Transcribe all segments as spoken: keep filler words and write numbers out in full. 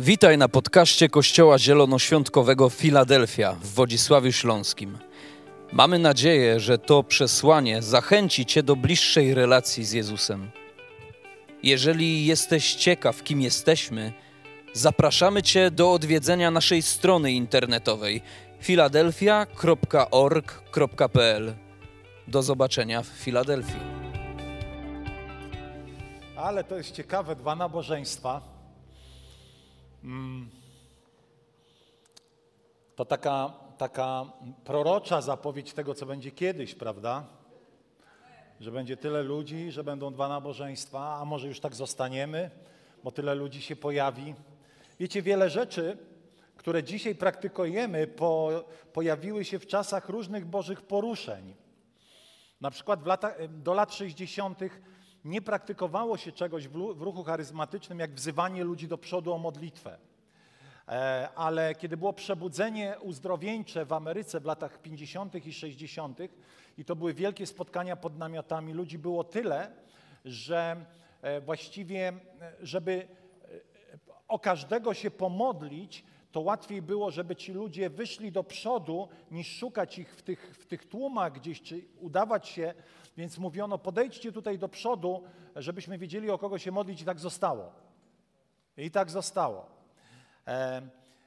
Witaj na podcaście Kościoła Zielonoświątkowego Filadelfia w Wodzisławiu Śląskim. Mamy nadzieję, że to przesłanie zachęci Cię do bliższej relacji z Jezusem. Jeżeli jesteś ciekaw, kim jesteśmy, zapraszamy Cię do odwiedzenia naszej strony internetowej filadelfia kropka org kropka p l. Do zobaczenia w Filadelfii. Ale to jest ciekawe, dwa nabożeństwa. To taka, taka prorocza zapowiedź tego, co będzie kiedyś, prawda? Że będzie tyle ludzi, że będą dwa nabożeństwa, a może już tak zostaniemy, bo tyle ludzi się pojawi. Wiecie, wiele rzeczy, które dzisiaj praktykujemy, po, pojawiły się w czasach różnych bożych poruszeń. Na przykład w lata, do lat sześćdziesiątych nie praktykowało się czegoś w ruchu charyzmatycznym, jak wzywanie ludzi do przodu o modlitwę. Ale kiedy było przebudzenie uzdrowieńcze w Ameryce w latach pięćdziesiątych i sześćdziesiątych i to były wielkie spotkania pod namiotami, ludzi było tyle, że właściwie, żeby o każdego się pomodlić, to łatwiej było, żeby ci ludzie wyszli do przodu, niż szukać ich w tych, w tych tłumach gdzieś, czy udawać się. Więc mówiono, podejdźcie tutaj do przodu, żebyśmy wiedzieli, o kogo się modlić, i tak zostało. I tak zostało. E,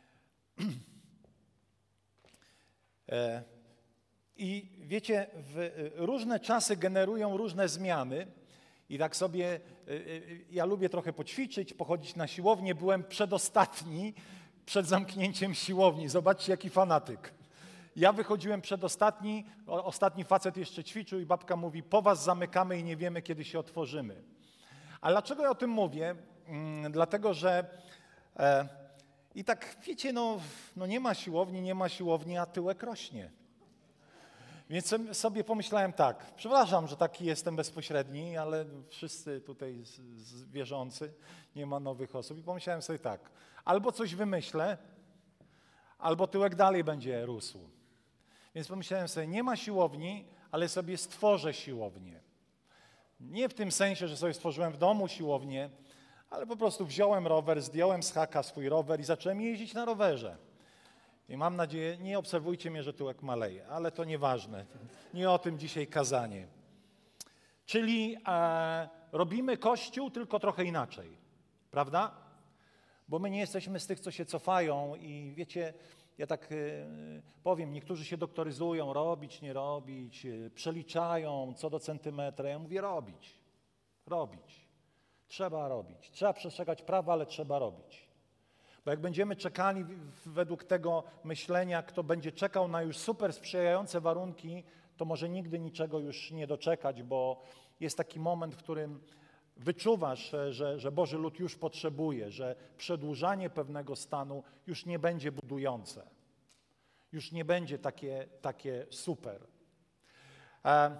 e, I wiecie, w, różne czasy generują różne zmiany. I tak sobie, ja lubię trochę poćwiczyć, pochodzić na siłownię. Byłem przedostatni przed zamknięciem siłowni. Zobaczcie, jaki fanatyk. Ja wychodziłem przedostatni, ostatni facet jeszcze ćwiczył i babka mówi, po was zamykamy i nie wiemy, kiedy się otworzymy. Ale dlaczego ja o tym mówię? Hmm, dlatego, że e, i tak, wiecie, no, no nie ma siłowni, nie ma siłowni, a tyłek rośnie. Więc sobie pomyślałem tak, przepraszam, że taki jestem bezpośredni, ale wszyscy tutaj z, z wierzący, nie ma nowych osób. I pomyślałem sobie tak, albo coś wymyślę, albo tyłek dalej będzie rósł. Więc pomyślałem sobie, nie ma siłowni, ale sobie stworzę siłownię. Nie w tym sensie, że sobie stworzyłem w domu siłownię, ale po prostu wziąłem rower, zdjąłem z haka swój rower i zacząłem jeździć na rowerze. I mam nadzieję, nie obserwujcie mnie, że tyłek maleje, ale to nieważne. Nie o tym dzisiaj kazanie. Czyli e, robimy Kościół, tylko trochę inaczej. Prawda? Bo my nie jesteśmy z tych, co się cofają i wiecie, ja tak e, powiem, niektórzy się doktoryzują, robić, nie robić, e, przeliczają co do centymetra. Ja mówię robić, robić. Trzeba robić. Trzeba przestrzegać prawa, ale trzeba robić. Bo jak będziemy czekali według tego myślenia, kto będzie czekał na już super sprzyjające warunki, to może nigdy niczego już nie doczekać, bo jest taki moment, w którym wyczuwasz, że, że Boży lud już potrzebuje, że przedłużanie pewnego stanu już nie będzie budujące. Już nie będzie takie, takie super. E,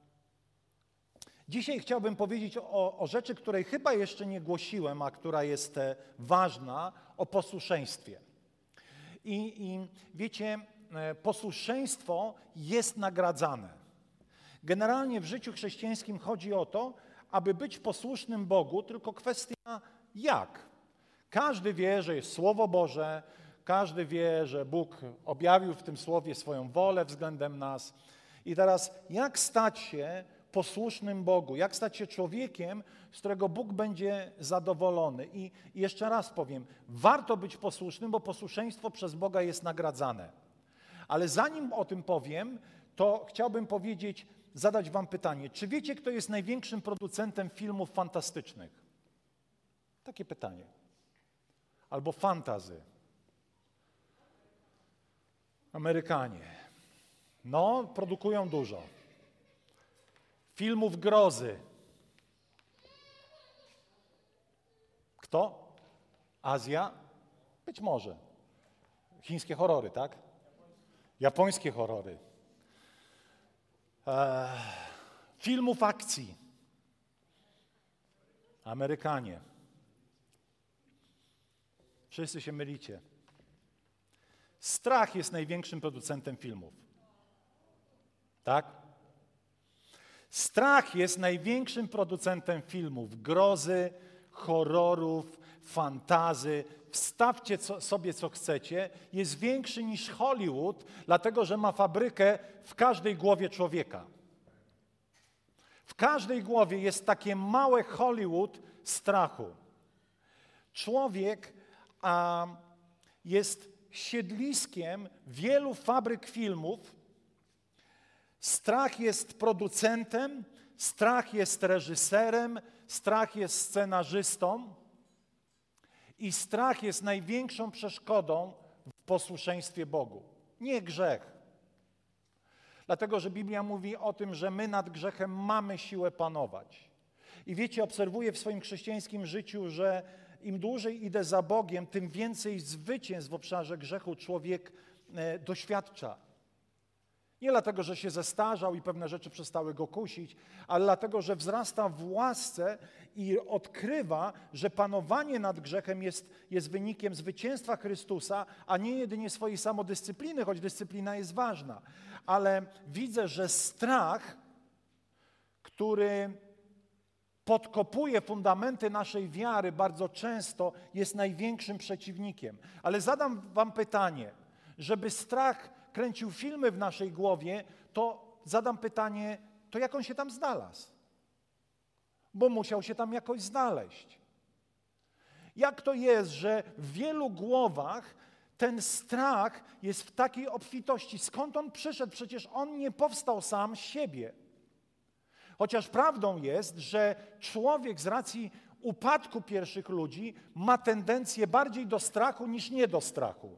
Dzisiaj chciałbym powiedzieć o, o rzeczy, której chyba jeszcze nie głosiłem, a która jest ważna, o posłuszeństwie. I, i wiecie, posłuszeństwo jest nagradzane. Generalnie w życiu chrześcijańskim chodzi o to, aby być posłusznym Bogu, tylko kwestia jak. Każdy wie, że jest Słowo Boże, każdy wie, że Bóg objawił w tym Słowie swoją wolę względem nas. I teraz jak stać się posłusznym Bogu, jak stać się człowiekiem, z którego Bóg będzie zadowolony. I jeszcze raz powiem, warto być posłusznym, bo posłuszeństwo przez Boga jest nagradzane. Ale zanim o tym powiem, to chciałbym powiedzieć, zadać wam pytanie, czy wiecie, kto jest największym producentem filmów fantastycznych? Takie pytanie. Albo fantasy. Amerykanie. No, produkują dużo. Filmów grozy. Kto? Azja? Być może. Chińskie horrory, tak? Japońskie horrory. Eee, filmów akcji. Amerykanie. Wszyscy się mylicie. Strach jest największym producentem filmów. Tak? Strach jest największym producentem filmów, grozy, horrorów, fantazy, wstawcie co, sobie co chcecie, jest większy niż Hollywood, dlatego że ma fabrykę w każdej głowie człowieka. W każdej głowie jest takie małe Hollywood strachu. Człowiek a, jest siedliskiem wielu fabryk filmów. Strach jest producentem, strach jest reżyserem, strach jest scenarzystą i strach jest największą przeszkodą w posłuszeństwie Bogu. Nie grzech. Dlatego, że Biblia mówi o tym, że my nad grzechem mamy siłę panować. I wiecie, obserwuję w swoim chrześcijańskim życiu, że im dłużej idę za Bogiem, tym więcej zwycięstw w obszarze grzechu człowiek e, doświadcza. Nie dlatego, że się zestarzał i pewne rzeczy przestały go kusić, ale dlatego, że wzrasta w łasce i odkrywa, że panowanie nad grzechem jest, jest wynikiem zwycięstwa Chrystusa, a nie jedynie swojej samodyscypliny, choć dyscyplina jest ważna. Ale widzę, że strach, który podkopuje fundamenty naszej wiary, bardzo często jest największym przeciwnikiem. Ale zadam wam pytanie, żeby strach kręcił filmy w naszej głowie, to zadam pytanie, to jak on się tam znalazł? Bo musiał się tam jakoś znaleźć. Jak to jest, że w wielu głowach ten strach jest w takiej obfitości? Skąd on przyszedł? Przecież on nie powstał sam z siebie. Chociaż prawdą jest, że człowiek z racji upadku pierwszych ludzi ma tendencję bardziej do strachu niż nie do strachu.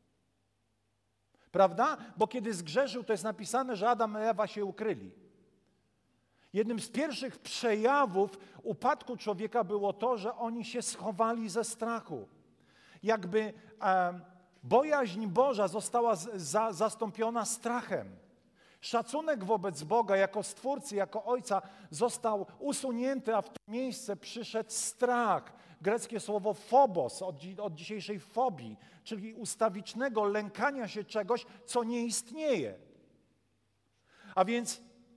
Prawda? Bo kiedy zgrzeszył, to jest napisane, że Adam i Ewa się ukryli. Jednym z pierwszych przejawów upadku człowieka było to, że oni się schowali ze strachu. Jakby e, bojaźń Boża została z, za, zastąpiona strachem. Szacunek wobec Boga jako Stwórcy, jako Ojca został usunięty, a w to miejsce przyszedł strach. Greckie słowo phobos, od, od dzisiejszej fobii, czyli ustawicznego lękania się czegoś, co nie istnieje. A więc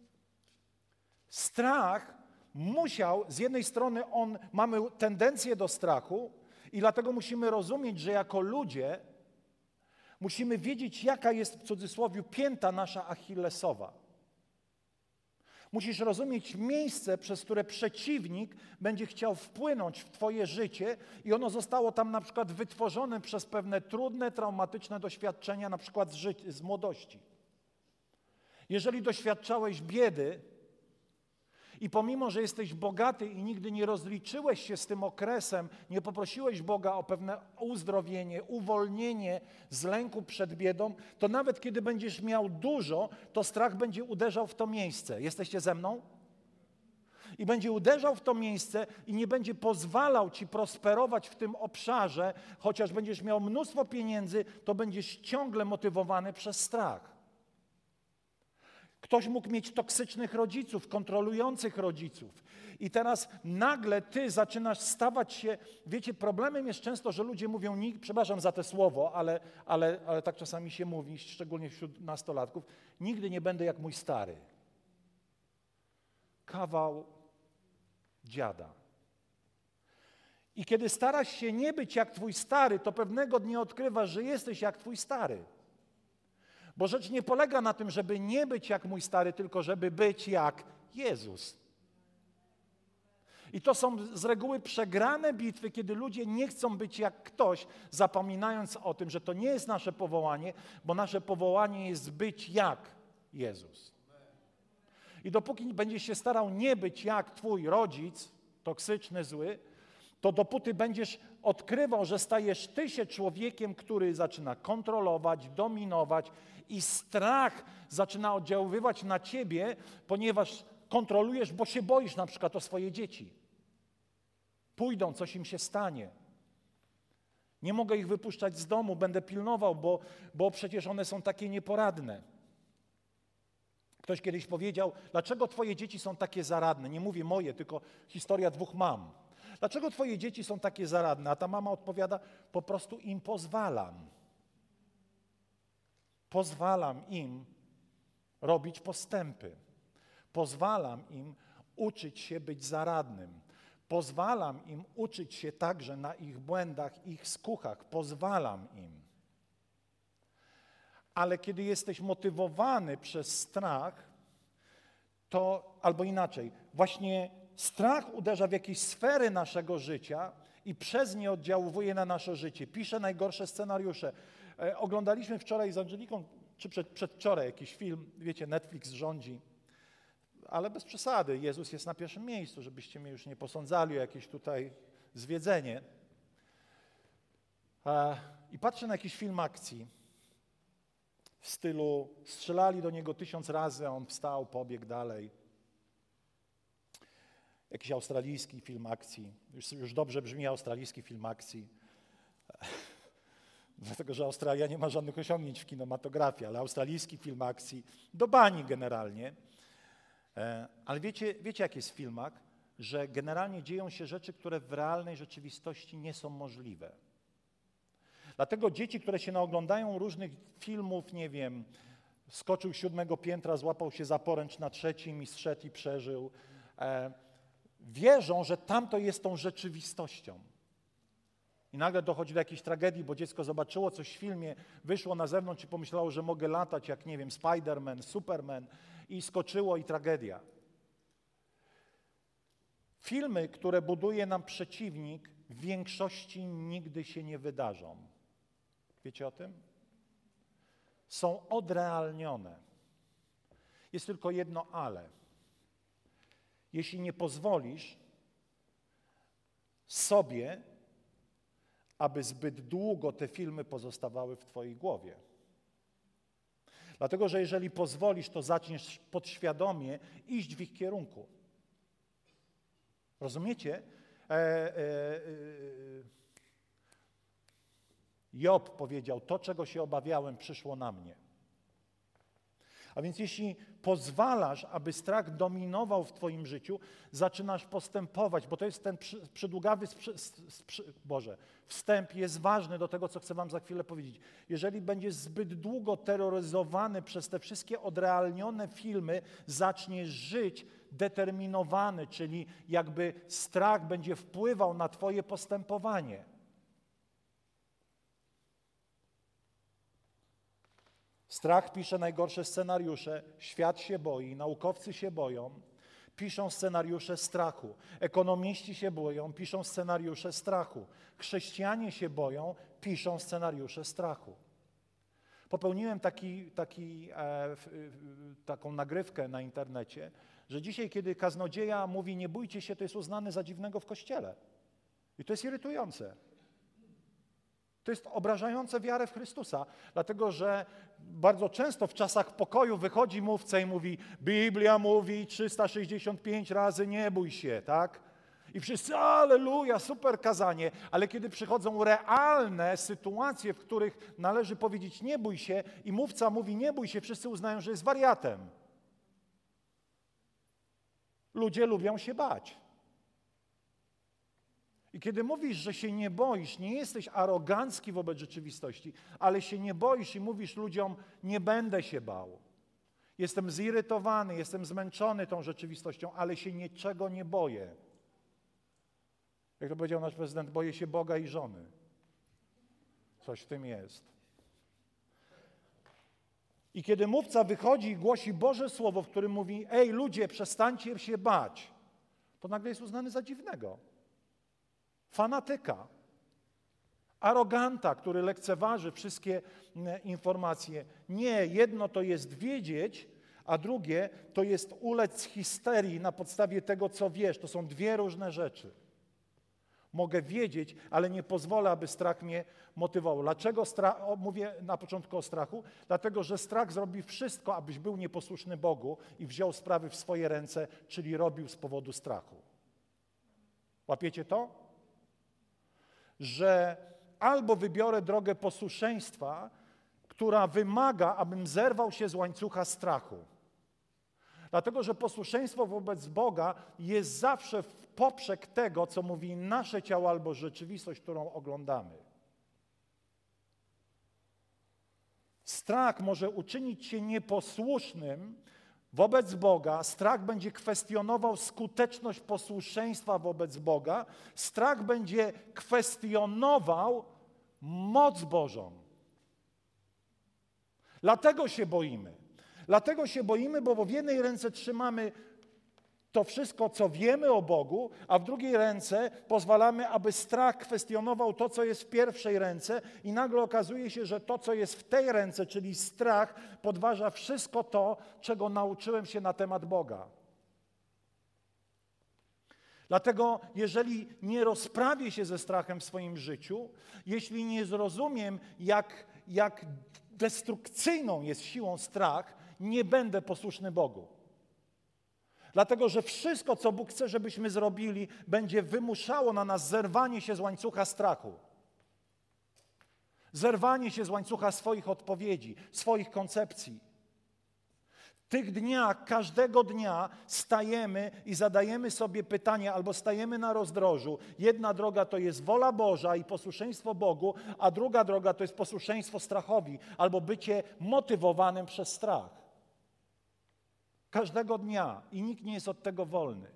strach musiał, z jednej strony on, mamy tendencję do strachu i dlatego musimy rozumieć, że jako ludzie musimy wiedzieć, jaka jest w cudzysłowie pięta nasza achillesowa. Musisz rozumieć miejsce, przez które przeciwnik będzie chciał wpłynąć w twoje życie i ono zostało tam na przykład wytworzone przez pewne trudne, traumatyczne doświadczenia, na przykład z, ży- z młodości. Jeżeli doświadczałeś biedy i pomimo, że jesteś bogaty i nigdy nie rozliczyłeś się z tym okresem, nie poprosiłeś Boga o pewne uzdrowienie, uwolnienie z lęku przed biedą, to nawet kiedy będziesz miał dużo, to strach będzie uderzał w to miejsce. Jesteście ze mną? I będzie uderzał w to miejsce i nie będzie pozwalał ci prosperować w tym obszarze, chociaż będziesz miał mnóstwo pieniędzy, to będziesz ciągle motywowany przez strach. Ktoś mógł mieć toksycznych rodziców, kontrolujących rodziców. I teraz nagle ty zaczynasz stawać się, wiecie, problemem jest często, że ludzie mówią, przepraszam za to słowo, ale, ale, ale tak czasami się mówi, szczególnie wśród nastolatków, nigdy nie będę jak mój stary. Kawał dziada. I kiedy starasz się nie być jak twój stary, to pewnego dnia odkrywasz, że jesteś jak twój stary. Bo rzecz nie polega na tym, żeby nie być jak mój stary, tylko żeby być jak Jezus. I to są z reguły przegrane bitwy, kiedy ludzie nie chcą być jak ktoś, zapominając o tym, że to nie jest nasze powołanie, bo nasze powołanie jest być jak Jezus. I dopóki będziesz się starał nie być jak twój rodzic, toksyczny, zły, to dopóty będziesz odkrywał, że stajesz ty się człowiekiem, który zaczyna kontrolować, dominować i strach zaczyna oddziaływać na ciebie, ponieważ kontrolujesz, bo się boisz na przykład o swoje dzieci. Pójdą, coś im się stanie. Nie mogę ich wypuszczać z domu, będę pilnował, bo, bo przecież one są takie nieporadne. Ktoś kiedyś powiedział, dlaczego twoje dzieci są takie zaradne? Nie mówię moje, tylko historia dwóch mam. Dlaczego twoje dzieci są takie zaradne? A ta mama odpowiada, po prostu im pozwalam. Pozwalam im robić postępy. Pozwalam im uczyć się być zaradnym. Pozwalam im uczyć się także na ich błędach, ich skuchach. Pozwalam im. Ale kiedy jesteś motywowany przez strach, to albo inaczej, właśnie strach uderza w jakieś sfery naszego życia i przez nie oddziałuje na nasze życie. Pisze najgorsze scenariusze. E, oglądaliśmy wczoraj z Angeliką, czy przed, przedwczoraj jakiś film, wiecie, Netflix rządzi, ale bez przesady, Jezus jest na pierwszym miejscu, żebyście mnie już nie posądzali o jakieś tutaj zwiedzenie. E, I patrzę na jakiś film akcji w stylu strzelali do niego tysiąc razy, a on wstał, pobiegł dalej. Jakiś australijski film akcji. Już, już dobrze brzmi australijski film akcji. Dlatego, że Australia nie ma żadnych osiągnięć w kinematografii, ale australijski film akcji do bani generalnie. E, ale wiecie, wiecie, jak jest w filmach? Że generalnie dzieją się rzeczy, które w realnej rzeczywistości nie są możliwe. Dlatego dzieci, które się naoglądają różnych filmów, nie wiem, skoczył z siódmego piętra, złapał się za poręcz na trzecim i zszedł i przeżył, e, wierzą, że tamto jest tą rzeczywistością. I nagle dochodzi do jakiejś tragedii, bo dziecko zobaczyło coś w filmie, wyszło na zewnątrz i pomyślało, że mogę latać jak, nie wiem, Spider-Man, Superman i skoczyło i tragedia. Filmy, które buduje nam przeciwnik, w większości nigdy się nie wydarzą. Wiecie o tym? Są odrealnione. Jest tylko jedno ale. Jeśli nie pozwolisz sobie, aby zbyt długo te filmy pozostawały w twojej głowie. Dlatego, że jeżeli pozwolisz, to zaczniesz podświadomie iść w ich kierunku. Rozumiecie? E, e, e, Job powiedział, to czego się obawiałem przyszło na mnie. A więc jeśli pozwalasz, aby strach dominował w twoim życiu, zaczynasz postępować, bo to jest ten przy, przydługawy sprzy, sprzy, Boże, wstęp jest ważny do tego, co chcę wam za chwilę powiedzieć. Jeżeli będziesz zbyt długo terroryzowany przez te wszystkie odrealnione filmy, zaczniesz żyć determinowany, czyli jakby strach będzie wpływał na twoje postępowanie. Strach pisze najgorsze scenariusze, świat się boi, naukowcy się boją, piszą scenariusze strachu, ekonomiści się boją, piszą scenariusze strachu, chrześcijanie się boją, piszą scenariusze strachu. Popełniłem taki, taki, e, taką nagrywkę na internecie, że dzisiaj, kiedy kaznodzieja mówi nie bójcie się, to jest uznany za dziwnego w Kościele. I to jest irytujące. To jest obrażające wiarę w Chrystusa, dlatego że bardzo często w czasach pokoju wychodzi mówca i mówi Biblia mówi trzysta sześćdziesiąt pięć razy nie bój się, tak? I wszyscy alleluja, super kazanie, ale kiedy przychodzą realne sytuacje, w których należy powiedzieć nie bój się i mówca mówi nie bój się, wszyscy uznają, że jest wariatem. Ludzie lubią się bać. I kiedy mówisz, że się nie boisz, nie jesteś arogancki wobec rzeczywistości, ale się nie boisz i mówisz ludziom, nie będę się bał. Jestem zirytowany, jestem zmęczony tą rzeczywistością, ale się niczego nie boję. Jak to powiedział nasz prezydent, boję się Boga i żony. Coś w tym jest. I kiedy mówca wychodzi i głosi Boże Słowo, w którym mówi, ej ludzie, przestańcie się bać, to nagle jest uznany za dziwnego. Fanatyka, aroganta, który lekceważy wszystkie informacje. Nie, jedno to jest wiedzieć, a drugie to jest ulec histerii na podstawie tego, co wiesz. To są dwie różne rzeczy. Mogę wiedzieć, ale nie pozwolę, aby strach mnie motywował. Dlaczego strach, o, mówię na początku o strachu? Dlatego, że strach zrobi wszystko, abyś był nieposłuszny Bogu i wziął sprawy w swoje ręce, czyli robił z powodu strachu. Łapiecie to? Że albo wybiorę drogę posłuszeństwa, która wymaga, abym zerwał się z łańcucha strachu. Dlatego, że posłuszeństwo wobec Boga jest zawsze w poprzek tego, co mówi nasze ciało albo rzeczywistość, którą oglądamy. Strach może uczynić cię nieposłusznym wobec Boga, strach będzie kwestionował skuteczność posłuszeństwa wobec Boga, strach będzie kwestionował moc Bożą. Dlatego się boimy. Dlatego się boimy, bo w jednej ręce trzymamy to wszystko, co wiemy o Bogu, a w drugiej ręce pozwalamy, aby strach kwestionował to, co jest w pierwszej ręce i nagle okazuje się, że to, co jest w tej ręce, czyli strach, podważa wszystko to, czego nauczyłem się na temat Boga. Dlatego, jeżeli nie rozprawię się ze strachem w swoim życiu, jeśli nie zrozumiem, jak, jak destrukcyjną jest siłą strach, nie będę posłuszny Bogu. Dlatego, że wszystko, co Bóg chce, żebyśmy zrobili, będzie wymuszało na nas zerwanie się z łańcucha strachu. Zerwanie się z łańcucha swoich odpowiedzi, swoich koncepcji. W tych dniach, każdego dnia stajemy i zadajemy sobie pytanie, albo stajemy na rozdrożu. Jedna droga to jest wola Boża i posłuszeństwo Bogu, a druga droga to jest posłuszeństwo strachowi, albo bycie motywowanym przez strach. Każdego dnia i nikt nie jest od tego wolny.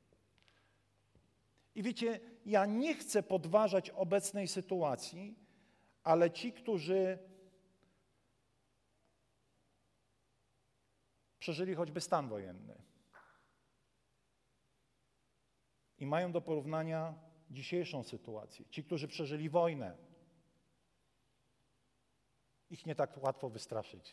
I wiecie, ja nie chcę podważać obecnej sytuacji, ale ci, którzy przeżyli choćby stan wojenny i mają do porównania dzisiejszą sytuację, ci, którzy przeżyli wojnę, ich nie tak łatwo wystraszyć.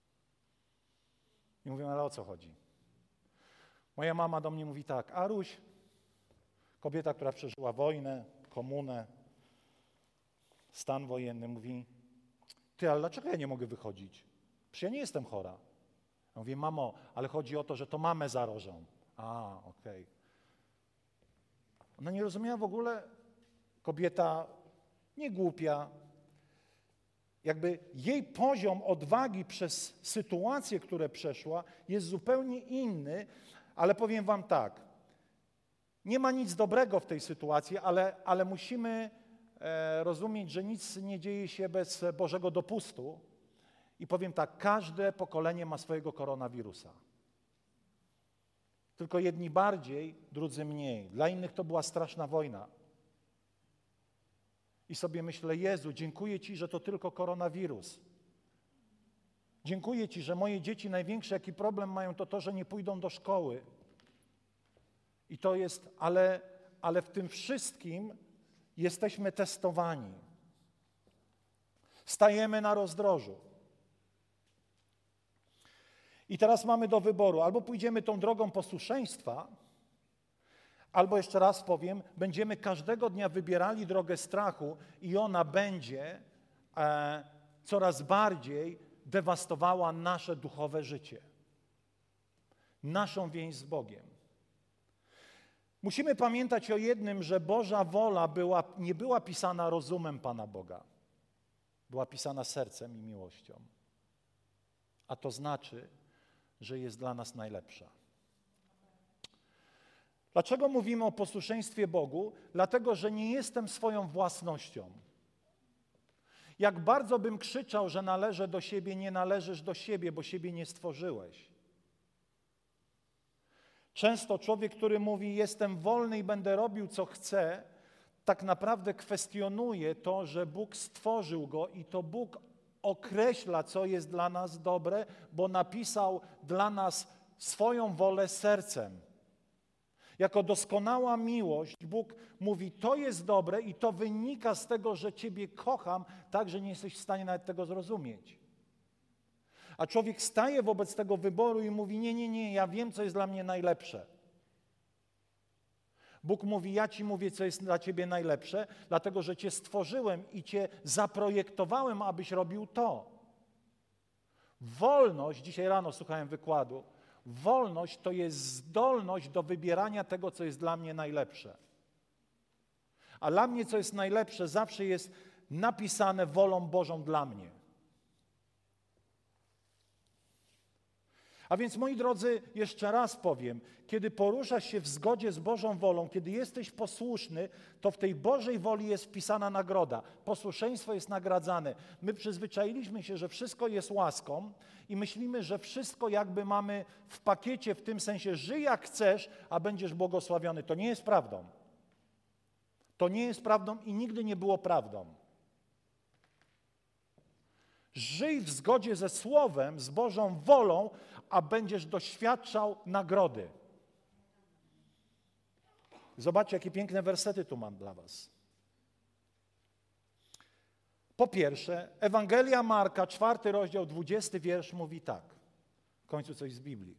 I mówią, ale o co chodzi? Moja mama do mnie mówi tak, Aruś, kobieta, która przeżyła wojnę, komunę, stan wojenny, mówi, ty, ale dlaczego ja nie mogę wychodzić? Przecież ja nie jestem chora. Ja mówię, mamo, ale chodzi o to, że to mamę zarażą. A, okej. Okay. Ona nie rozumiała w ogóle, kobieta nie głupia, jakby jej poziom odwagi przez sytuacje, które przeszła, jest zupełnie inny, ale powiem wam tak, nie ma nic dobrego w tej sytuacji, ale, ale musimy e, rozumieć, że nic nie dzieje się bez Bożego dopustu. I powiem tak, każde pokolenie ma swojego koronawirusa. Tylko jedni bardziej, drudzy mniej. Dla innych to była straszna wojna. I sobie myślę, Jezu, dziękuję Ci, że to tylko koronawirus. Dziękuję Ci, że moje dzieci największy jaki problem mają to to, że nie pójdą do szkoły. I to jest, ale, ale w tym wszystkim jesteśmy testowani. Stajemy na rozdrożu. I teraz mamy do wyboru, albo pójdziemy tą drogą posłuszeństwa, albo jeszcze raz powiem, będziemy każdego dnia wybierali drogę strachu i ona będzie e, coraz bardziej dewastowała nasze duchowe życie. Naszą więź z Bogiem. Musimy pamiętać o jednym, że Boża wola była, nie była pisana rozumem Pana Boga. Była pisana sercem i miłością. A to znaczy, że jest dla nas najlepsza. Dlaczego mówimy o posłuszeństwie Bogu? Dlatego, że nie jestem swoją własnością. Jak bardzo bym krzyczał, że należę do siebie, nie należysz do siebie, bo siebie nie stworzyłeś. Często człowiek, który mówi, jestem wolny i będę robił, co chcę, tak naprawdę kwestionuje to, że Bóg stworzył go i to Bóg określa, co jest dla nas dobre, bo napisał dla nas swoją wolę sercem. Jako doskonała miłość Bóg mówi, to jest dobre i to wynika z tego, że Ciebie kocham, tak, że nie jesteś w stanie nawet tego zrozumieć. A człowiek staje wobec tego wyboru i mówi, nie, nie, nie, ja wiem, co jest dla mnie najlepsze. Bóg mówi, ja Ci mówię, co jest dla Ciebie najlepsze, dlatego, że Cię stworzyłem i Cię zaprojektowałem, abyś robił to. Wolność, dzisiaj rano słuchałem wykładu, wolność to jest zdolność do wybierania tego, co jest dla mnie najlepsze. A dla mnie, co jest najlepsze, zawsze jest napisane wolą Bożą dla mnie. A więc, moi drodzy, jeszcze raz powiem, kiedy poruszasz się w zgodzie z Bożą wolą, kiedy jesteś posłuszny, to w tej Bożej woli jest wpisana nagroda. Posłuszeństwo jest nagradzane. My przyzwyczailiśmy się, że wszystko jest łaską i myślimy, że wszystko jakby mamy w pakiecie, w tym sensie żyj jak chcesz, a będziesz błogosławiony. To nie jest prawdą. To nie jest prawdą i nigdy nie było prawdą. Żyj w zgodzie ze Słowem, z Bożą wolą, a będziesz doświadczał nagrody. Zobaczcie, jakie piękne wersety tu mam dla was. Po pierwsze, Ewangelia Marka, czwarty rozdział, dwudziesty wiersz mówi tak. W końcu coś z Biblii.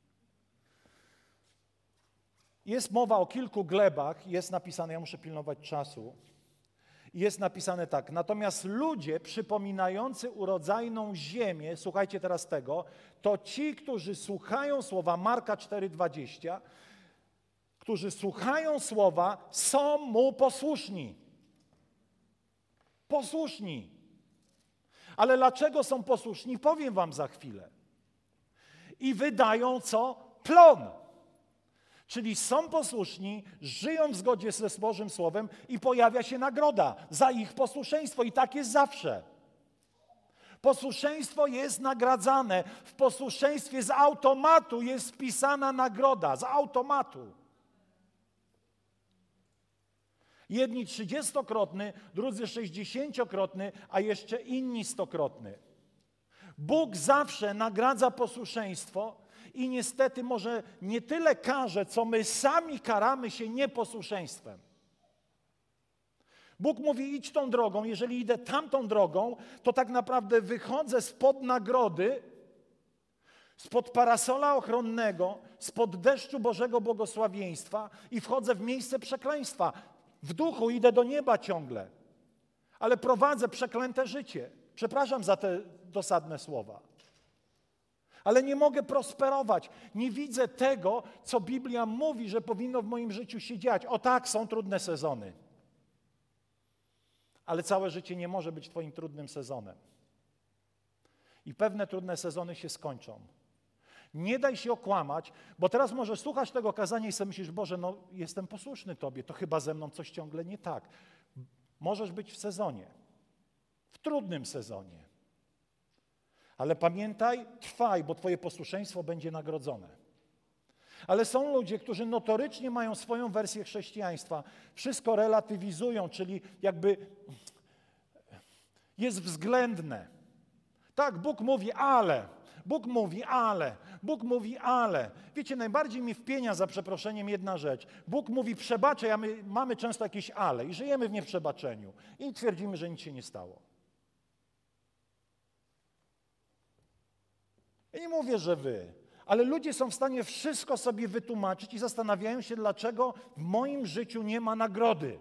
Jest mowa o kilku glebach, jest napisane, ja muszę pilnować czasu, jest napisane tak. Natomiast ludzie przypominający urodzajną ziemię, słuchajcie teraz tego, to ci, którzy słuchają słowa, Marka cztery dwadzieścia, którzy słuchają słowa, są mu posłuszni. Posłuszni. Ale dlaczego są posłuszni? Powiem wam za chwilę. I wydają co? Plon. Czyli są posłuszni, żyją w zgodzie ze Bożym Słowem i pojawia się nagroda za ich posłuszeństwo. I tak jest zawsze. Posłuszeństwo jest nagradzane. W posłuszeństwie z automatu jest wpisana nagroda. Z automatu. Jedni trzydziestokrotny, drudzy sześćdziesięciokrotny, a jeszcze inni stokrotny. Bóg zawsze nagradza posłuszeństwo i niestety może nie tyle karze, co my sami karamy się nieposłuszeństwem. Bóg mówi, idź tą drogą, jeżeli idę tamtą drogą, to tak naprawdę wychodzę spod nagrody, spod parasola ochronnego, spod deszczu Bożego błogosławieństwa i wchodzę w miejsce przekleństwa. W duchu idę do nieba ciągle, ale prowadzę przeklęte życie. Przepraszam za te dosadne słowa. Ale nie mogę prosperować. Nie widzę tego, co Biblia mówi, że powinno w moim życiu się dziać. O tak, są trudne sezony. Ale całe życie nie może być twoim trudnym sezonem. I pewne trudne sezony się skończą. Nie daj się okłamać, bo teraz możesz słuchać tego kazania i sobie myślisz, Boże, no jestem posłuszny Tobie, to chyba ze mną coś ciągle nie tak. Możesz być w sezonie, w trudnym sezonie. Ale pamiętaj, trwaj, bo Twoje posłuszeństwo będzie nagrodzone. Ale są ludzie, którzy notorycznie mają swoją wersję chrześcijaństwa, wszystko relatywizują, czyli jakby jest względne. Tak, Bóg mówi, ale... Bóg mówi, ale, Bóg mówi, ale. Wiecie, najbardziej mi wpienia za przeproszeniem jedna rzecz. Bóg mówi, przebaczaj, a my mamy często jakieś ale i żyjemy w nieprzebaczeniu. I twierdzimy, że nic się nie stało. Ja nie mówię, że wy, ale ludzie są w stanie wszystko sobie wytłumaczyć i zastanawiają się, dlaczego w moim życiu nie ma nagrody.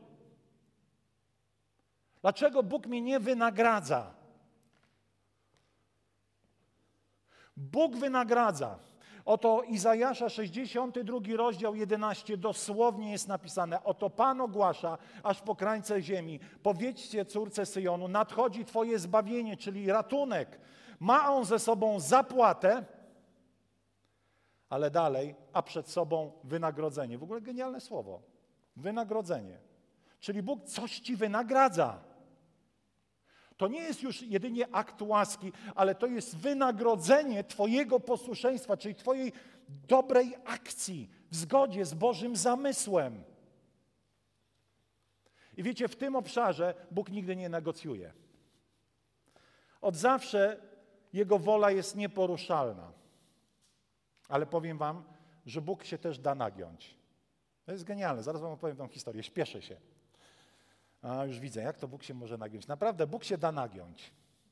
Dlaczego Bóg mnie nie wynagradza? Bóg wynagradza. Oto Izajasza sześćdziesiąty drugi rozdział jedenaście dosłownie jest napisane. Oto Pan ogłasza aż po krańce ziemi. Powiedzcie córce Syjonu, nadchodzi Twoje zbawienie, czyli ratunek. Ma on ze sobą zapłatę, ale dalej, a przed sobą wynagrodzenie. W ogóle genialne słowo. Wynagrodzenie. Czyli Bóg coś ci wynagradza. To nie jest już jedynie akt łaski, ale to jest wynagrodzenie Twojego posłuszeństwa, czyli Twojej dobrej akcji w zgodzie z Bożym zamysłem. I wiecie, w tym obszarze Bóg nigdy nie negocjuje. Od zawsze Jego wola jest nieporuszalna. Ale powiem wam, że Bóg się też da nagiąć. To jest genialne. Zaraz wam opowiem tą historię. Śpieszę się. A już widzę, jak to Bóg się może nagiąć. Naprawdę, Bóg się da nagiąć.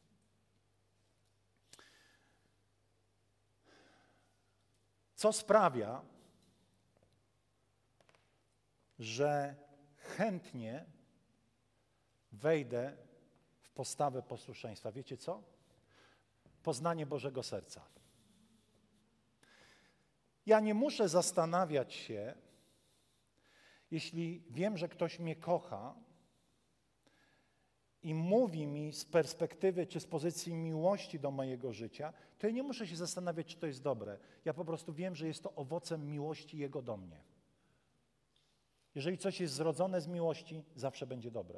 Co sprawia, że chętnie wejdę w postawę posłuszeństwa. Wiecie co? Poznanie Bożego serca. Ja nie muszę zastanawiać się, jeśli wiem, że ktoś mnie kocha i mówi mi z perspektywy czy z pozycji miłości do mojego życia, to ja nie muszę się zastanawiać, czy to jest dobre. Ja po prostu wiem, że jest to owocem miłości Jego do mnie. Jeżeli coś jest zrodzone z miłości, zawsze będzie dobre.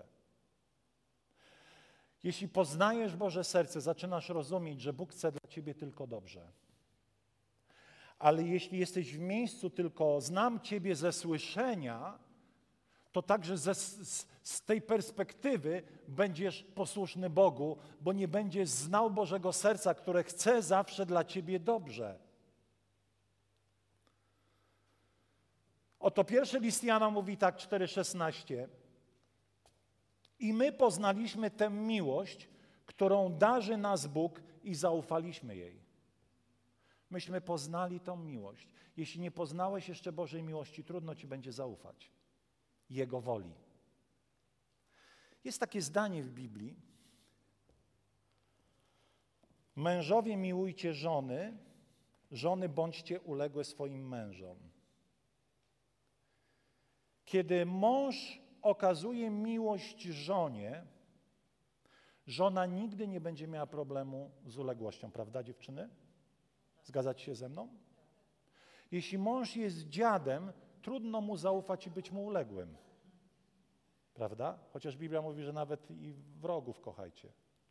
Jeśli poznajesz Boże serce, zaczynasz rozumieć, że Bóg chce dla ciebie tylko dobrze. Ale jeśli jesteś w miejscu tylko znam Ciebie ze słyszenia, to także ze, z, z tej perspektywy będziesz posłuszny Bogu, bo nie będziesz znał Bożego serca, które chce zawsze dla Ciebie dobrze. Oto pierwszy list Jana mówi tak, cztery szesnaście. I my poznaliśmy tę miłość, którą darzy nas Bóg i zaufaliśmy jej. Myśmy poznali tą miłość. Jeśli nie poznałeś jeszcze Bożej miłości, trudno ci będzie zaufać Jego woli. Jest takie zdanie w Biblii. Mężowie miłujcie żony, żony bądźcie uległe swoim mężom. Kiedy mąż okazuje miłość żonie, żona nigdy nie będzie miała problemu z uległością. Prawda, dziewczyny? Zgadzacie się ze mną? Jeśli mąż jest dziadem, trudno mu zaufać i być mu uległym. Prawda? Chociaż Biblia mówi, że nawet i wrogów kochajcie.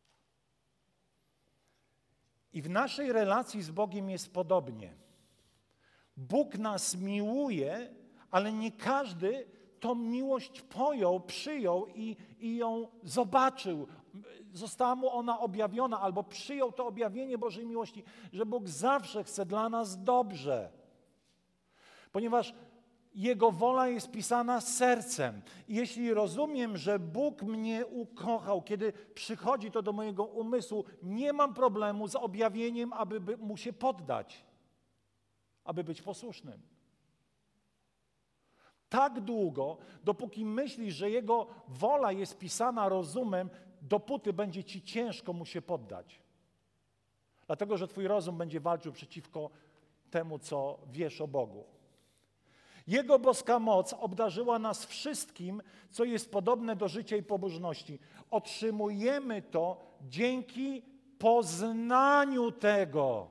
I w naszej relacji z Bogiem jest podobnie. Bóg nas miłuje, ale nie każdy tą miłość pojął, przyjął i, i ją zobaczył. Została mu ona objawiona, albo przyjął to objawienie Bożej miłości, że Bóg zawsze chce dla nas dobrze. Ponieważ Jego wola jest pisana sercem. I jeśli rozumiem, że Bóg mnie ukochał, kiedy przychodzi to do mojego umysłu, nie mam problemu z objawieniem, aby Mu się poddać, aby być posłusznym. Tak długo, dopóki myślisz, że Jego wola jest pisana rozumem, dopóty będzie ci ciężko Mu się poddać. Dlatego, że twój rozum będzie walczył przeciwko temu, co wiesz o Bogu. Jego boska moc obdarzyła nas wszystkim, co jest podobne do życia i pobożności. Otrzymujemy to dzięki poznaniu tego,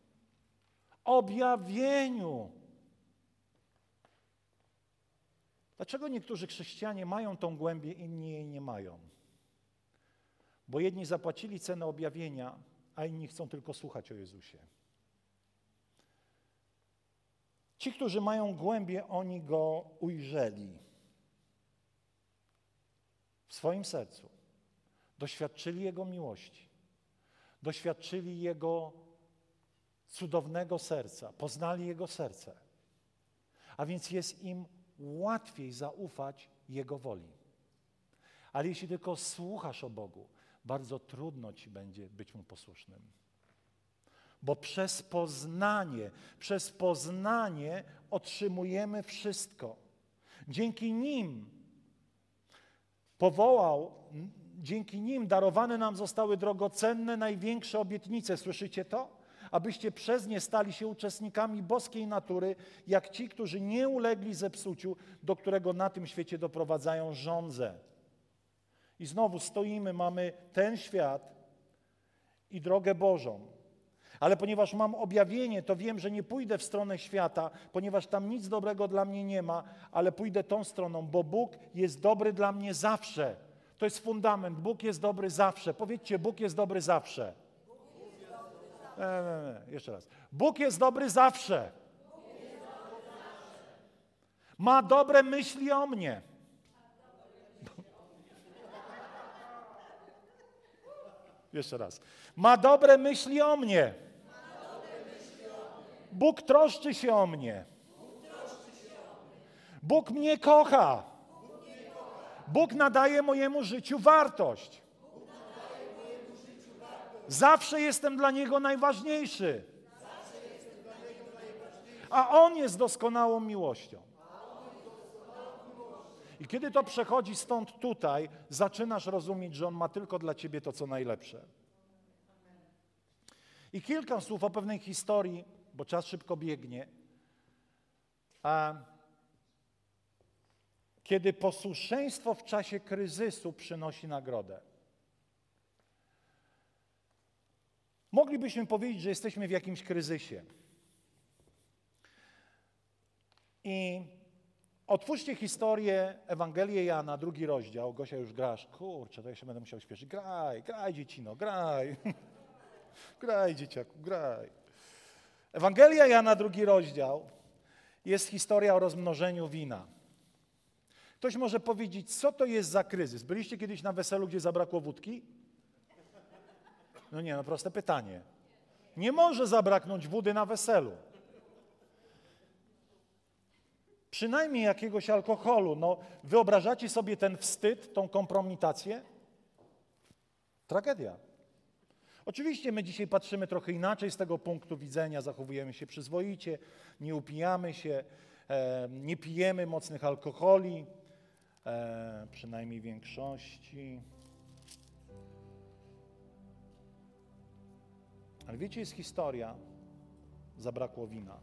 objawieniu. Dlaczego niektórzy chrześcijanie mają tą głębię, inni jej nie mają? Bo jedni zapłacili cenę objawienia, a inni chcą tylko słuchać o Jezusie. Ci, którzy mają głębię, oni Go ujrzeli w swoim sercu. Doświadczyli Jego miłości. Doświadczyli Jego cudownego serca. Poznali Jego serce. A więc jest im łatwiej zaufać Jego woli. Ale jeśli tylko słuchasz o Bogu, bardzo trudno ci będzie być Mu posłusznym. Bo przez poznanie, przez poznanie otrzymujemy wszystko. Dzięki nim powołał, dzięki nim darowane nam zostały drogocenne, największe obietnice. Słyszycie to? Abyście przez nie stali się uczestnikami boskiej natury, jak ci, którzy nie ulegli zepsuciu, do którego na tym świecie doprowadzają żądze. I znowu stoimy, mamy ten świat i drogę Bożą. Ale ponieważ mam objawienie, to wiem, że nie pójdę w stronę świata, ponieważ tam nic dobrego dla mnie nie ma, ale pójdę tą stroną, bo Bóg jest dobry dla mnie zawsze. To jest fundament. Bóg jest dobry zawsze. Powiedzcie, Bóg jest dobry zawsze. Nie, nie, nie. Jeszcze raz. Bóg jest dobry zawsze. Ma dobre myśli o mnie. Jeszcze raz. Ma dobre myśli o mnie. Bóg troszczy się o mnie. Bóg mnie kocha. Bóg nadaje mojemu życiu wartość. Zawsze jestem dla Niego najważniejszy. A On jest doskonałą miłością. I kiedy to przechodzi stąd tutaj, zaczynasz rozumieć, że On ma tylko dla ciebie to, co najlepsze. I kilka słów o pewnej historii, bo czas szybko biegnie. A kiedy posłuszeństwo w czasie kryzysu przynosi nagrodę. Moglibyśmy powiedzieć, że jesteśmy w jakimś kryzysie. I otwórzcie historię Ewangelię Jana, drugi rozdział. Gosia, już grasz. Kurczę, to ja się będę musiał śpieszyć. Graj, graj, dziecino, graj. Graj, dzieciaku, graj. Ewangelia Jana, drugi rozdział, jest historia o rozmnożeniu wina. Ktoś może powiedzieć, co to jest za kryzys? Byliście kiedyś na weselu, gdzie zabrakło wódki? No nie, no proste pytanie. Nie może zabraknąć wody na weselu. Przynajmniej jakiegoś alkoholu. No, wyobrażacie sobie ten wstyd, tą kompromitację? Tragedia. Oczywiście my dzisiaj patrzymy trochę inaczej z tego punktu widzenia, zachowujemy się przyzwoicie, nie upijamy się, e, nie pijemy mocnych alkoholi, e, przynajmniej w większości. Ale wiecie, jest historia, zabrakło wina.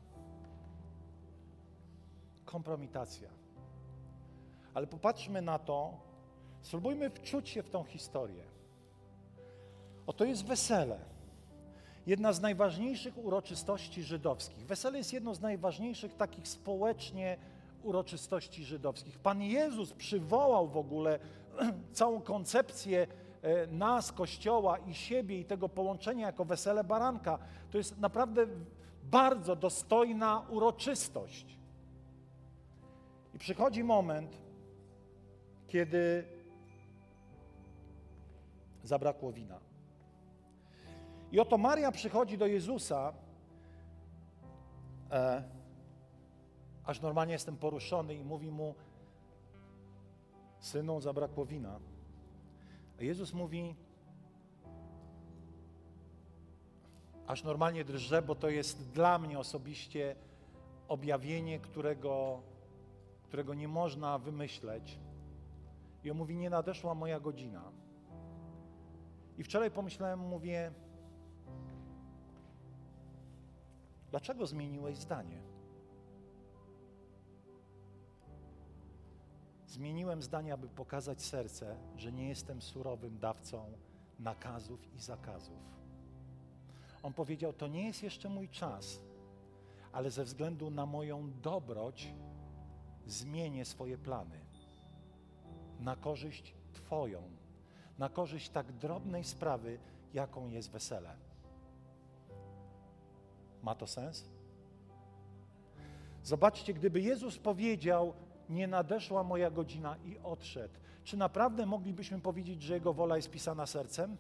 Kompromitacja. Ale popatrzmy na to, spróbujmy wczuć się w tą historię. Oto jest wesele. Jedna z najważniejszych uroczystości żydowskich. Wesele jest jedną z najważniejszych takich społecznie uroczystości żydowskich. Pan Jezus przywołał w ogóle całą koncepcję nas, Kościoła i siebie i tego połączenia jako wesele baranka. To jest naprawdę bardzo dostojna uroczystość. I przychodzi moment, kiedy zabrakło wina. I oto Maria przychodzi do Jezusa, e, aż normalnie jestem poruszony i mówi mu, synu, zabrakło wina. A Jezus mówi, aż normalnie drżę, bo to jest dla mnie osobiście objawienie, którego, którego nie można wymyśleć. I on mówi, nie nadeszła moja godzina. I wczoraj pomyślałem, mówię, dlaczego zmieniłeś zdanie? Zmieniłem zdanie, aby pokazać serce, że nie jestem surowym dawcą nakazów i zakazów. On powiedział, to nie jest jeszcze mój czas, ale ze względu na moją dobroć zmienię swoje plany na korzyść Twoją, na korzyść tak drobnej sprawy, jaką jest wesele. Ma to sens? Zobaczcie, gdyby Jezus powiedział, nie nadeszła moja godzina i odszedł, czy naprawdę moglibyśmy powiedzieć, że Jego wola jest pisana sercem?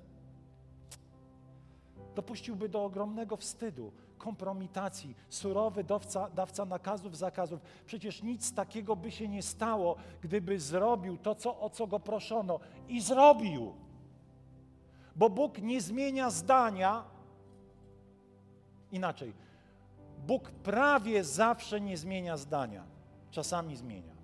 Dopuściłby do ogromnego wstydu, kompromitacji, surowy dawca, dawca nakazów, zakazów. Przecież nic takiego by się nie stało, gdyby zrobił to, co, o co Go proszono. I zrobił. Bo Bóg nie zmienia zdania. Inaczej. Bóg prawie zawsze nie zmienia zdania. Czasami zmienia.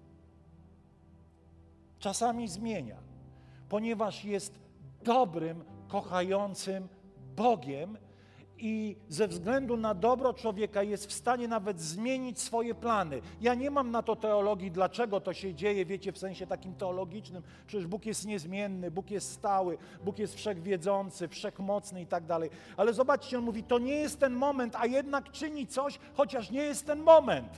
Czasami zmienia. Ponieważ jest dobrym, kochającym Bogiem i ze względu na dobro człowieka jest w stanie nawet zmienić swoje plany. Ja nie mam na to teologii, dlaczego to się dzieje, wiecie, w sensie takim teologicznym. Przecież Bóg jest niezmienny, Bóg jest stały, Bóg jest wszechwiedzący, wszechmocny i tak dalej. Ale zobaczcie, on mówi, to nie jest ten moment, a jednak czyni coś, chociaż nie jest ten moment.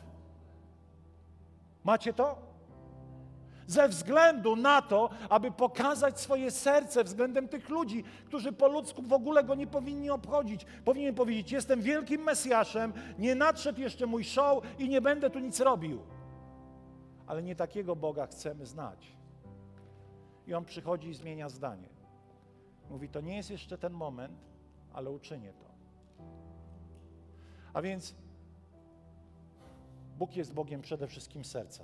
Macie to? Ze względu na to, aby pokazać swoje serce względem tych ludzi, którzy po ludzku w ogóle Go nie powinni obchodzić. Powinien powiedzieć, jestem wielkim Mesjaszem, nie nadszedł jeszcze mój show i nie będę tu nic robił. Ale nie takiego Boga chcemy znać. I On przychodzi i zmienia zdanie. Mówi, to nie jest jeszcze ten moment, ale uczynię to. A więc Bóg jest Bogiem przede wszystkim serca.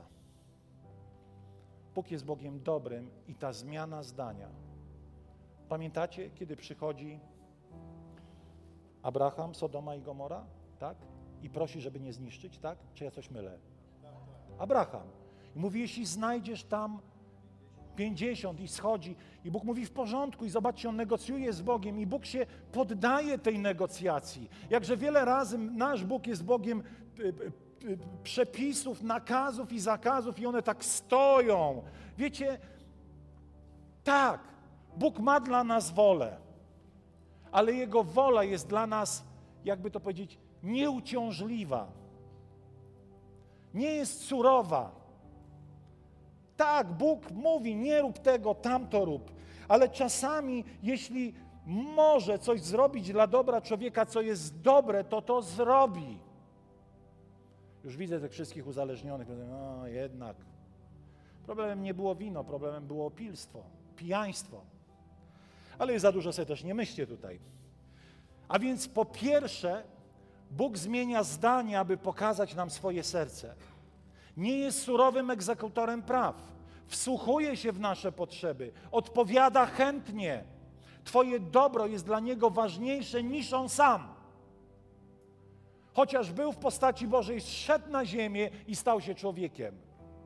Bóg jest Bogiem dobrym i ta zmiana zdania. Pamiętacie, kiedy przychodzi Abraham, Sodoma i Gomora, tak? I prosi, żeby nie zniszczyć, tak? Czy ja coś mylę? Abraham. I mówi, jeśli znajdziesz tam pięćdziesiąt i schodzi. I Bóg mówi w porządku i zobaczcie, on negocjuje z Bogiem i Bóg się poddaje tej negocjacji. Jakże wiele razy nasz Bóg jest Bogiem przepisów, nakazów i zakazów i one tak stoją. Wiecie, tak, Bóg ma dla nas wolę, ale Jego wola jest dla nas, jakby to powiedzieć, nieuciążliwa. Nie jest surowa. Tak, Bóg mówi, nie rób tego, tamto rób, ale czasami, jeśli może coś zrobić dla dobra człowieka, co jest dobre, to to zrobi. Już widzę tych wszystkich uzależnionych, no jednak. Problemem nie było wino, problemem było opilstwo, pijaństwo. Ale za dużo sobie też nie myślcie tutaj. A więc po pierwsze, Bóg zmienia zdanie, aby pokazać nam swoje serce. Nie jest surowym egzekutorem praw. Wsłuchuje się w nasze potrzeby, odpowiada chętnie. Twoje dobro jest dla Niego ważniejsze niż On sam. Chociaż był w postaci Bożej, zszedł na ziemię i stał się człowiekiem.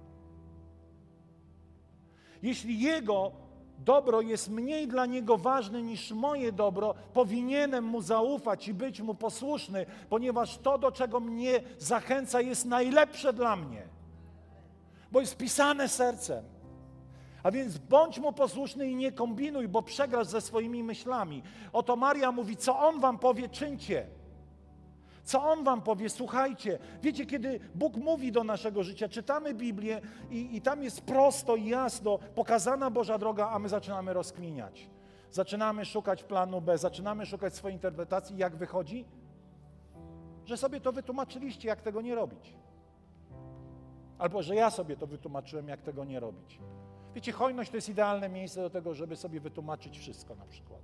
Jeśli Jego dobro jest mniej dla Niego ważne niż moje dobro, powinienem Mu zaufać i być Mu posłuszny, ponieważ to, do czego mnie zachęca, jest najlepsze dla mnie. Bo jest pisane sercem. A więc bądź Mu posłuszny i nie kombinuj, bo przegrasz ze swoimi myślami. Oto Maria mówi, co On wam powie, czyńcie. Co On wam powie, słuchajcie. Wiecie, kiedy Bóg mówi do naszego życia, czytamy Biblię i, i tam jest prosto i jasno pokazana Boża droga, a my zaczynamy rozkminiać. Zaczynamy szukać planu B, zaczynamy szukać swojej interpretacji. Jak wychodzi? Że sobie to wytłumaczyliście, jak tego nie robić. Albo, że ja sobie to wytłumaczyłem, jak tego nie robić. Wiecie, hojność to jest idealne miejsce do tego, żeby sobie wytłumaczyć wszystko na przykład.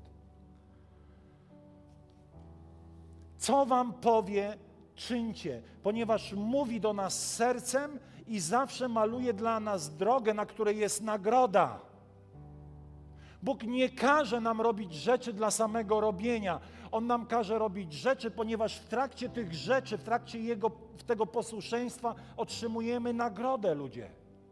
Co wam powie, czyńcie, ponieważ mówi do nas sercem i zawsze maluje dla nas drogę, na której jest nagroda. Bóg nie każe nam robić rzeczy dla samego robienia. On nam każe robić rzeczy, ponieważ w trakcie tych rzeczy, w trakcie Jego, tego posłuszeństwa otrzymujemy nagrodę, ludzie.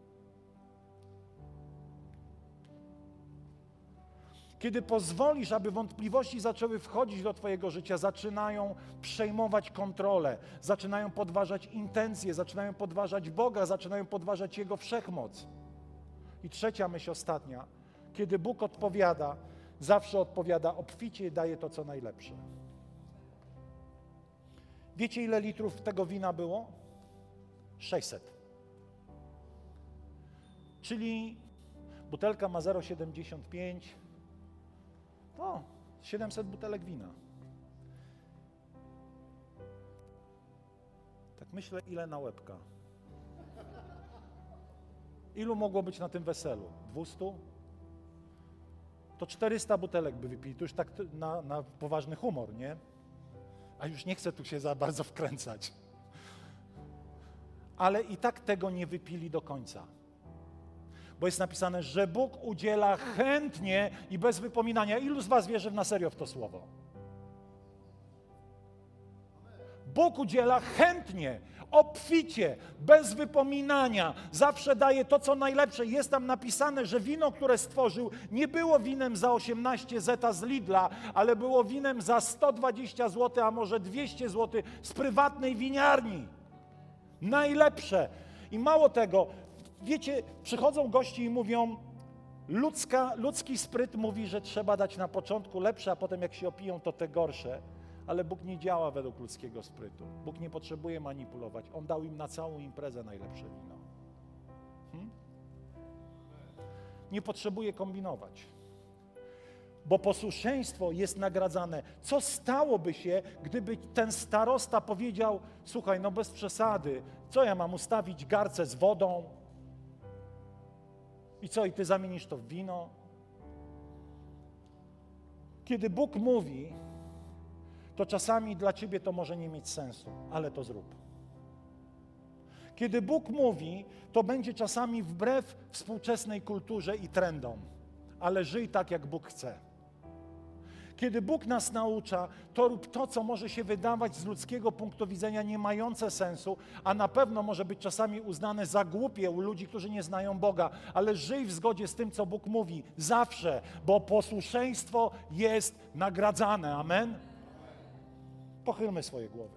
Kiedy pozwolisz, aby wątpliwości zaczęły wchodzić do twojego życia, zaczynają przejmować kontrolę, zaczynają podważać intencje, zaczynają podważać Boga, zaczynają podważać Jego wszechmoc. I trzecia myśl, ostatnia. Kiedy Bóg odpowiada, zawsze odpowiada obficie i daje to, co najlepsze. Wiecie, ile litrów tego wina było? sześćset. Czyli butelka ma zero przecinek siedemdziesiąt pięć. To siedemset butelek wina. Tak myślę, ile na łebka. Ilu mogło być na tym weselu? dwieście? To czterysta butelek by wypili. To już tak na, na poważny humor, nie? A już nie chcę tu się za bardzo wkręcać. Ale i tak tego nie wypili do końca. Bo jest napisane, że Bóg udziela chętnie i bez wypominania. Ilu z was wierzy na serio w to słowo? Bóg udziela chętnie, obficie, bez wypominania. Zawsze daje to, co najlepsze. Jest tam napisane, że wino, które stworzył, nie było winem za osiemnaście zeta z Lidla, ale było winem za sto dwadzieścia złotych, a może dwieście złotych z prywatnej winiarni. Najlepsze. I mało tego, wiecie, przychodzą gości i mówią, ludzka, ludzki spryt mówi, że trzeba dać na początku lepsze, a potem jak się opiją, to te gorsze. Ale Bóg nie działa według ludzkiego sprytu. Bóg nie potrzebuje manipulować. On dał im na całą imprezę najlepsze wino. Hmm? Nie potrzebuje kombinować. Bo posłuszeństwo jest nagradzane. Co stałoby się, gdyby ten starosta powiedział, słuchaj, no bez przesady, co ja mam ustawić garce z wodą? I co, i ty zamienisz to w wino? Kiedy Bóg mówi, to czasami dla ciebie to może nie mieć sensu, ale to zrób. Kiedy Bóg mówi, to będzie czasami wbrew współczesnej kulturze i trendom, ale żyj tak, jak Bóg chce. Kiedy Bóg nas naucza, to rób to, co może się wydawać z ludzkiego punktu widzenia nie mające sensu, a na pewno może być czasami uznane za głupie u ludzi, którzy nie znają Boga, ale żyj w zgodzie z tym, co Bóg mówi, zawsze, bo posłuszeństwo jest nagradzane. Amen? Pochylmy swoje głowy.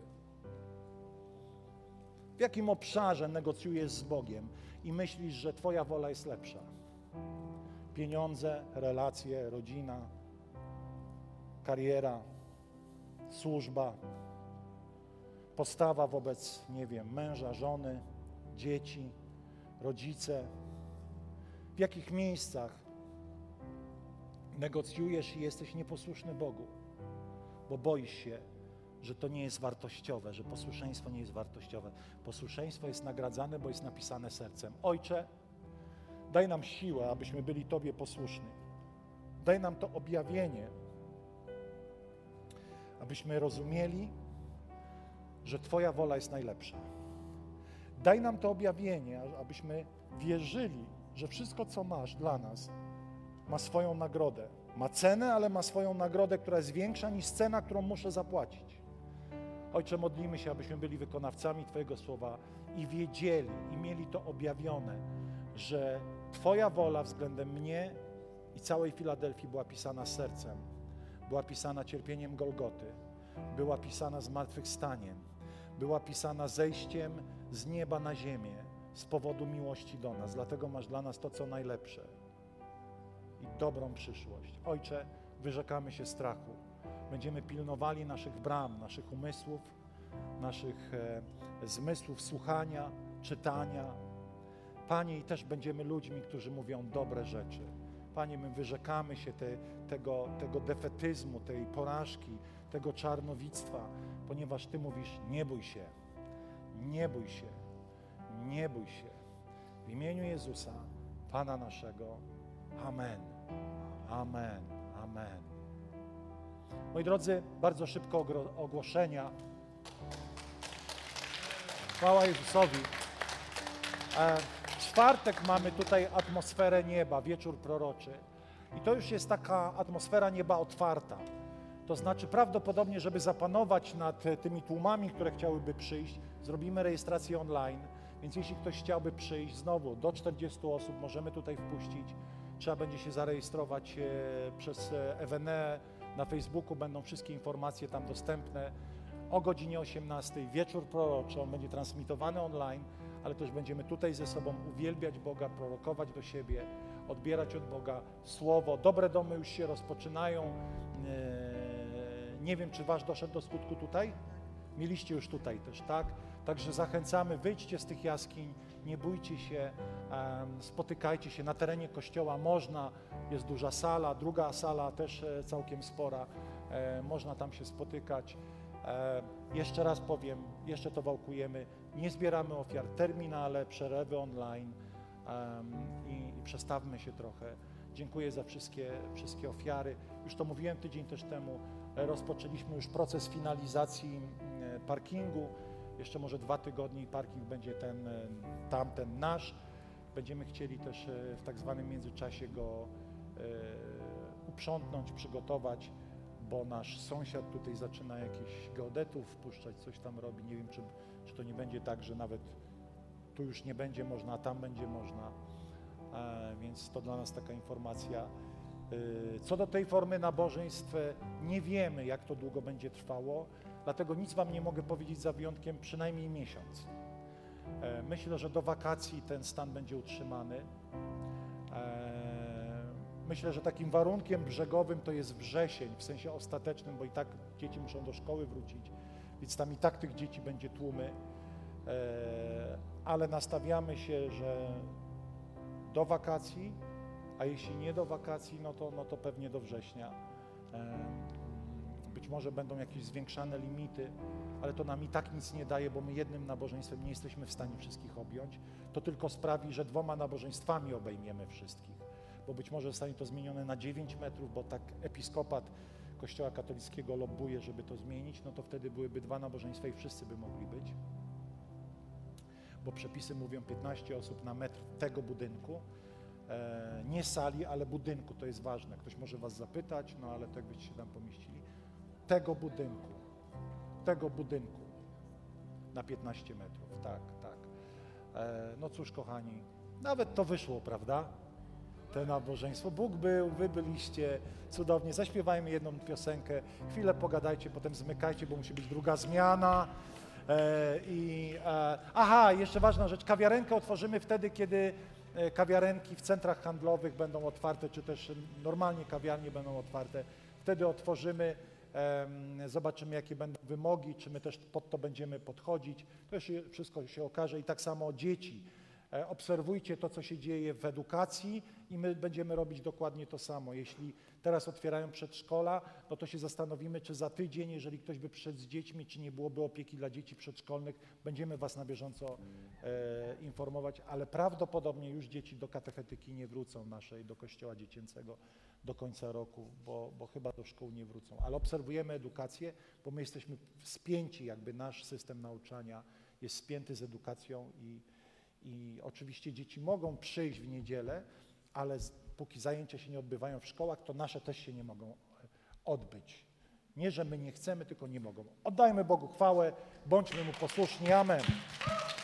W jakim obszarze negocjujesz z Bogiem i myślisz, że twoja wola jest lepsza? Pieniądze, relacje, rodzina. kariera, służba, postawa wobec, nie wiem, męża, żony, dzieci, rodzice. W jakich miejscach negocjujesz i jesteś nieposłuszny Bogu, bo boisz się, że to nie jest wartościowe, że posłuszeństwo nie jest wartościowe. Posłuszeństwo jest nagradzane, bo jest napisane sercem. Ojcze, daj nam siłę, abyśmy byli Tobie posłuszni. Daj nam to objawienie, abyśmy rozumieli, że Twoja wola jest najlepsza. Daj nam to objawienie, abyśmy wierzyli, że wszystko, co masz dla nas, ma swoją nagrodę. Ma cenę, ale ma swoją nagrodę, która jest większa niż cena, którą muszę zapłacić. Ojcze, modlimy się, abyśmy byli wykonawcami Twojego słowa i wiedzieli, i mieli to objawione, że Twoja wola względem mnie i całej Filadelfii była pisana sercem, była pisana cierpieniem Golgoty, była pisana zmartwychwstaniem, była pisana zejściem z nieba na ziemię z powodu miłości do nas. Dlatego masz dla nas to, co najlepsze i dobrą przyszłość. Ojcze, wyrzekamy się strachu. Będziemy pilnowali naszych bram, naszych umysłów, naszych e, zmysłów słuchania, czytania. Panie, i też będziemy ludźmi, którzy mówią dobre rzeczy. Panie, my wyrzekamy się te, tego, tego defetyzmu, tej porażki, tego czarnowictwa, ponieważ Ty mówisz, nie bój się, nie bój się, nie bój się. W imieniu Jezusa, Pana naszego. Amen. Amen. Amen. Moi drodzy, bardzo szybko ogłoszenia. Chwała Jezusowi. E, w czwartek mamy tutaj atmosferę nieba, wieczór proroczy. I to już jest taka atmosfera nieba otwarta. To znaczy prawdopodobnie, żeby zapanować nad tymi tłumami, które chciałyby przyjść, zrobimy rejestrację online. Więc jeśli ktoś chciałby przyjść, znowu do czterdziestu osób możemy tutaj wpuścić. Trzeba będzie się zarejestrować przez Ewenę. Na Facebooku będą wszystkie informacje tam dostępne. O godzinie osiemnastej wieczór proroczy, on będzie transmitowany online, ale też będziemy tutaj ze sobą uwielbiać Boga, prorokować do siebie, odbierać od Boga Słowo. Dobre domy już się rozpoczynają. Nie wiem, czy wasz doszedł do skutku tutaj? Mieliście już tutaj też, tak? Także zachęcamy, wyjdźcie z tych jaskiń, nie bójcie się, spotykajcie się. Na terenie kościoła można, jest duża sala, druga sala też całkiem spora, można tam się spotykać. Jeszcze raz powiem, jeszcze to wałkujemy, nie zbieramy ofiar, terminale, przerwy online i, i przestawmy się trochę. Dziękuję za wszystkie, wszystkie ofiary. Już to mówiłem tydzień też temu, rozpoczęliśmy już proces finalizacji parkingu. Jeszcze może dwa tygodnie i parking będzie ten, tamten nasz. Będziemy chcieli też w tak zwanym międzyczasie go e, uprzątnąć, przygotować, bo nasz sąsiad tutaj zaczyna jakichś geodetów wpuszczać, coś tam robi. Nie wiem, czy, czy to nie będzie tak, że nawet tu już nie będzie można, a tam będzie można. E, więc to dla nas taka informacja. E, co do tej formy nabożeństw, nie wiemy, jak to długo będzie trwało. Dlatego nic wam nie mogę powiedzieć za wyjątkiem przynajmniej miesiąc. Myślę, że do wakacji ten stan będzie utrzymany. Myślę, że takim warunkiem brzegowym to jest wrzesień, w sensie ostatecznym, bo i tak dzieci muszą do szkoły wrócić, więc tam i tak tych dzieci będzie tłumy. Ale nastawiamy się, że do wakacji, a jeśli nie do wakacji, no to, no to pewnie do września. Być może będą jakieś zwiększane limity, ale to nam i tak nic nie daje, bo my jednym nabożeństwem nie jesteśmy w stanie wszystkich objąć. To tylko sprawi, że dwoma nabożeństwami obejmiemy wszystkich, bo być może zostanie to zmienione na dziewięć metrów, bo tak episkopat Kościoła katolickiego lobbuje, żeby to zmienić, no to wtedy byłyby dwa nabożeństwa i wszyscy by mogli być. Bo przepisy mówią piętnaście osób na metr tego budynku. E, nie sali, ale budynku, to jest ważne. Ktoś może was zapytać, no ale tak byście się tam pomieścili. Tego budynku, tego budynku na piętnaście metrów, tak, tak. E, no cóż, kochani, nawet to wyszło, prawda? Te nabożeństwo. Bóg był, wy byliście, cudownie. Zaśpiewajmy jedną piosenkę, chwilę pogadajcie, potem zmykajcie, bo musi być druga zmiana. E, i, e, aha, jeszcze ważna rzecz, kawiarenkę otworzymy wtedy, kiedy kawiarenki w centrach handlowych będą otwarte, czy też normalnie kawiarnie będą otwarte. Wtedy otworzymy, zobaczymy, jakie będą wymogi, czy my też pod to będziemy podchodzić. To się, wszystko się okaże i tak samo dzieci. Obserwujcie to, co się dzieje w edukacji i my będziemy robić dokładnie to samo. Jeśli teraz otwierają przedszkola, no to się zastanowimy, czy za tydzień, jeżeli ktoś by przyszedł z dziećmi, czy nie byłoby opieki dla dzieci przedszkolnych, będziemy was na bieżąco e, informować, ale prawdopodobnie już dzieci do katechetyki nie wrócą naszej, do kościoła dziecięcego do końca roku, bo, bo chyba do szkół nie wrócą. Ale obserwujemy edukację, bo my jesteśmy spięci, jakby nasz system nauczania jest spięty z edukacją i I oczywiście dzieci mogą przyjść w niedzielę, ale póki zajęcia się nie odbywają w szkołach, to nasze też się nie mogą odbyć. Nie, że my nie chcemy, tylko nie mogą. Oddajmy Bogu chwałę, bądźmy Mu posłuszni. Amen.